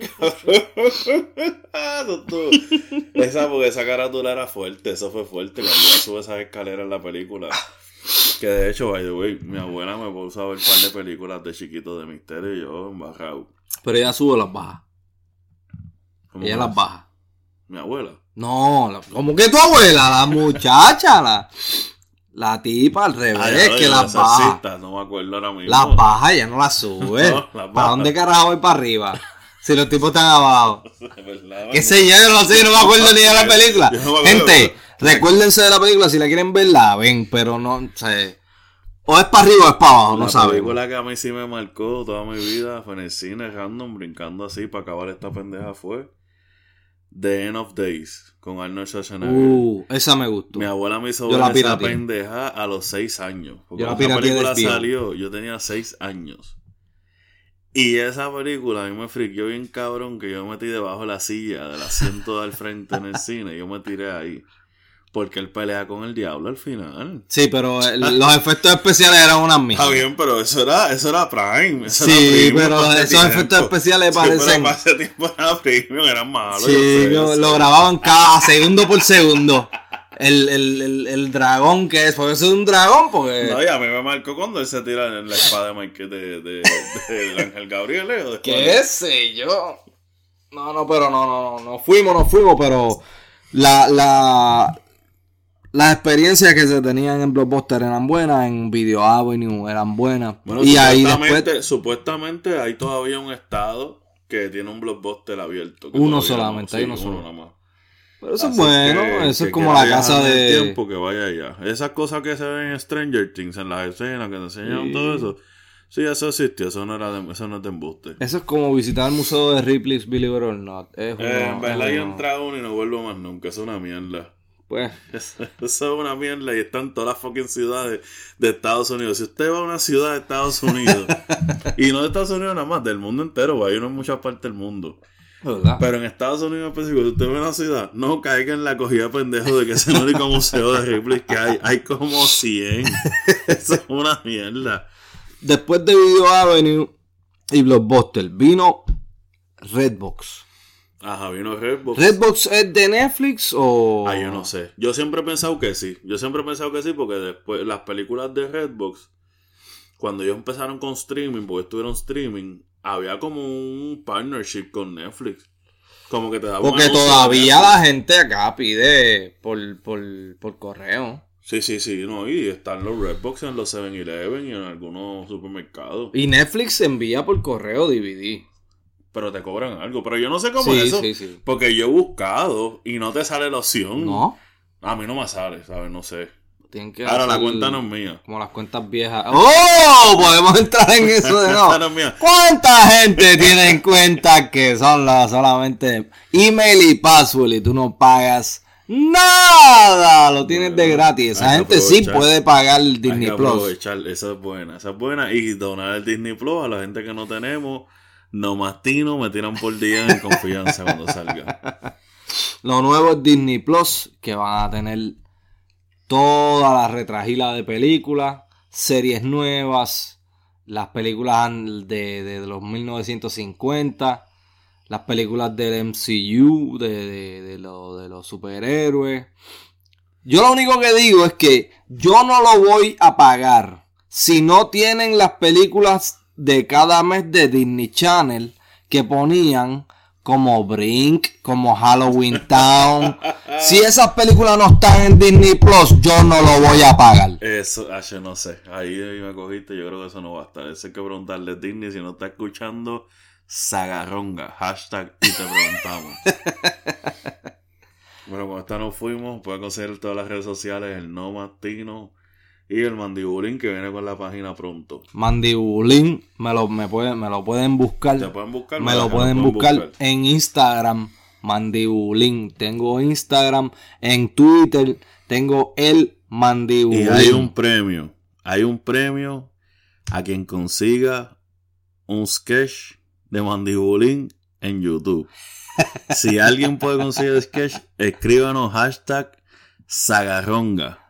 S1: Eso estuvo. Porque esa carátula era fuerte. Eso fue fuerte cuando yo sube esas escaleras en la película. Que de hecho, by the way, mi abuela me puso a ver un par de películas de chiquito de misterio y yo embajado.
S2: Pero ella sube las bajas.
S1: ¿Cómo
S2: Ella
S1: vas?
S2: las baja.
S1: Mi abuela.
S2: No, ¿cómo que tu abuela? La muchacha, la tipa al revés, que las baja.
S1: Exorcista, no me acuerdo ahora mismo.
S2: Las baja, ella no las sube.
S1: No, las baja.
S2: ¿Para dónde carajo voy para arriba? Si los tipos están abajo.
S1: De verdad,
S2: ¿Qué sé yo? No sé, no me acuerdo ni de la película.
S1: Yo no me acuerdo.
S2: Gente, recuérdense de la película. Si la quieren ver, la ven. Pero no sé. O es para arriba o es para abajo, no
S1: La
S2: sabemos.
S1: película que a mí sí me marcó toda mi vida fue en el cine, random, brincando así para acabar esta pendeja fue The End of Days con Arnold Schwarzenegger.
S2: Esa me gustó.
S1: Mi abuela me hizo
S2: Yo la
S1: ver esa
S2: pirateé.
S1: pendeja a los 6 años. Porque
S2: Yo la
S1: cuando esa
S2: pirateé
S1: película
S2: desvío.
S1: salió, yo tenía 6 años. Y esa película a mí me friqueó bien cabrón que yo me metí debajo de la silla del asiento del frente en el cine. Yo me tiré ahí. Porque él pelea con el diablo al final.
S2: Sí, pero los efectos especiales eran unas
S1: Está
S2: mierdas.
S1: bien, pero eso era Prime. Eso
S2: Sí,
S1: era premium
S2: pero
S1: para ese
S2: esos
S1: tiempo.
S2: efectos especiales
S1: Sí, pero
S2: parecen...
S1: para ese tiempo era premium, eran malos.
S2: Sí, lo grababan cada segundo por segundo. El dragón que es, porque eso es un dragón, porque...
S1: No, y a mí me marcó cuando él se tira en la espada de Michael del Ángel Gabriel. ¿O de cuál?
S2: ¿Qué sé yo? No, pero no fuimos, pero las experiencias que se tenían en Blockbuster eran buenas, en Video Avenue eran buenas.
S1: Bueno,
S2: Y ahí después
S1: supuestamente hay todavía un estado que tiene un Blockbuster abierto. que
S2: Uno
S1: todavía
S2: solamente, hay
S1: sí,
S2: uno solo.
S1: nada más.
S2: Pero eso
S1: Así
S2: es bueno,
S1: que-
S2: eso es
S1: que
S2: como
S1: quiera
S2: la casa
S1: viajar en el
S2: de...
S1: tiempo, que vaya allá. Esas cosas que se ven en Stranger Things, en las escenas que te enseñan
S2: Sí.
S1: todo eso. Sí, eso existió, eso no es de embuste.
S2: Eso es como visitar el museo de Ripley's Believe It or Not. Es
S1: En verdad yo he
S2: uno-
S1: entrado uno y no vuelvo más nunca, es una mierda.
S2: Pues,
S1: Eso es una mierda y están todas las fucking ciudades de Estados Unidos. Si usted va a una ciudad de Estados Unidos, y no de Estados Unidos nada más, del mundo entero, va a ir en muchas partes del mundo.
S2: ¿verdad?
S1: Pero en Estados Unidos específico, si usted ve una ciudad, no caiga en la cogida pendejo de que es el único museo de Ripley que hay. Hay como 100. Eso es una mierda.
S2: Después de Video Avenue y Blockbuster, vino Redbox.
S1: Ajá, vino Redbox.
S2: ¿Redbox es de Netflix o...?
S1: Ah, yo no sé. Yo siempre he pensado que sí. Porque después las películas de Redbox, cuando ellos empezaron con streaming, porque estuvieron streaming, había como un partnership con Netflix. Como que te daban
S2: Porque
S1: anuncios de
S2: todavía
S1: Netflix.
S2: la gente acá pide por correo.
S1: Sí, no, y están los Redbox en los 7-Eleven y en algunos supermercados.
S2: Y Netflix envía por correo DVD.
S1: Pero te cobran algo. Pero yo no sé cómo
S2: Sí,
S1: es eso.
S2: sí.
S1: Porque yo he buscado y no te sale la opción.
S2: ¿No?
S1: A mí no me sale, ¿sabes? No sé.
S2: tienen que
S1: Ahora la
S2: hacer
S1: cuenta no es mía.
S2: como las cuentas viejas. ¡Oh! Podemos entrar en eso de nuevo.
S1: La cuenta no es mía.
S2: ¿Cuánta gente tiene en cuenta que son solamente email y password y tú no pagas nada? Lo tienes de gratis. Esa
S1: hay que
S2: gente sí
S1: aprovechar.
S2: puede pagar
S1: Hay
S2: Disney
S1: que
S2: Plus.
S1: aprovechar, esa es buena. Y donar el Disney Plus a la gente que no tenemos. No mastino, me tiran por día en confianza cuando salga.
S2: Lo nuevo es Disney Plus, que van a tener toda la retragila de películas, series nuevas, las películas de los 1950, las películas del MCU, de los superhéroes. Yo lo único que digo es que yo no lo voy a pagar si no tienen las películas de cada mes de Disney Channel que ponían como Brink, como Halloween Town. Si esas películas no están en Disney Plus, yo no lo voy a pagar.
S1: Eso, yo no sé. Ahí me cogiste, yo creo que eso no va a estar. Eso hay que preguntarle a Disney si no está escuchando. Sagarronga, hashtag y te preguntamos. Bueno, con esta nos fuimos. Pueden conseguir todas las redes sociales, el No Mastino y el Mandibulín, que viene con la página pronto.
S2: Mandibulín, me lo pueden buscar.
S1: ¿Te pueden buscar?
S2: Me lo pueden buscar en Instagram, Mandibulín. Tengo Instagram, en Twitter, tengo el Mandibulín.
S1: Y hay un premio a quien consiga un sketch de Mandibulín en YouTube. Si alguien puede conseguir el sketch, escríbanos hashtag Sagarronga.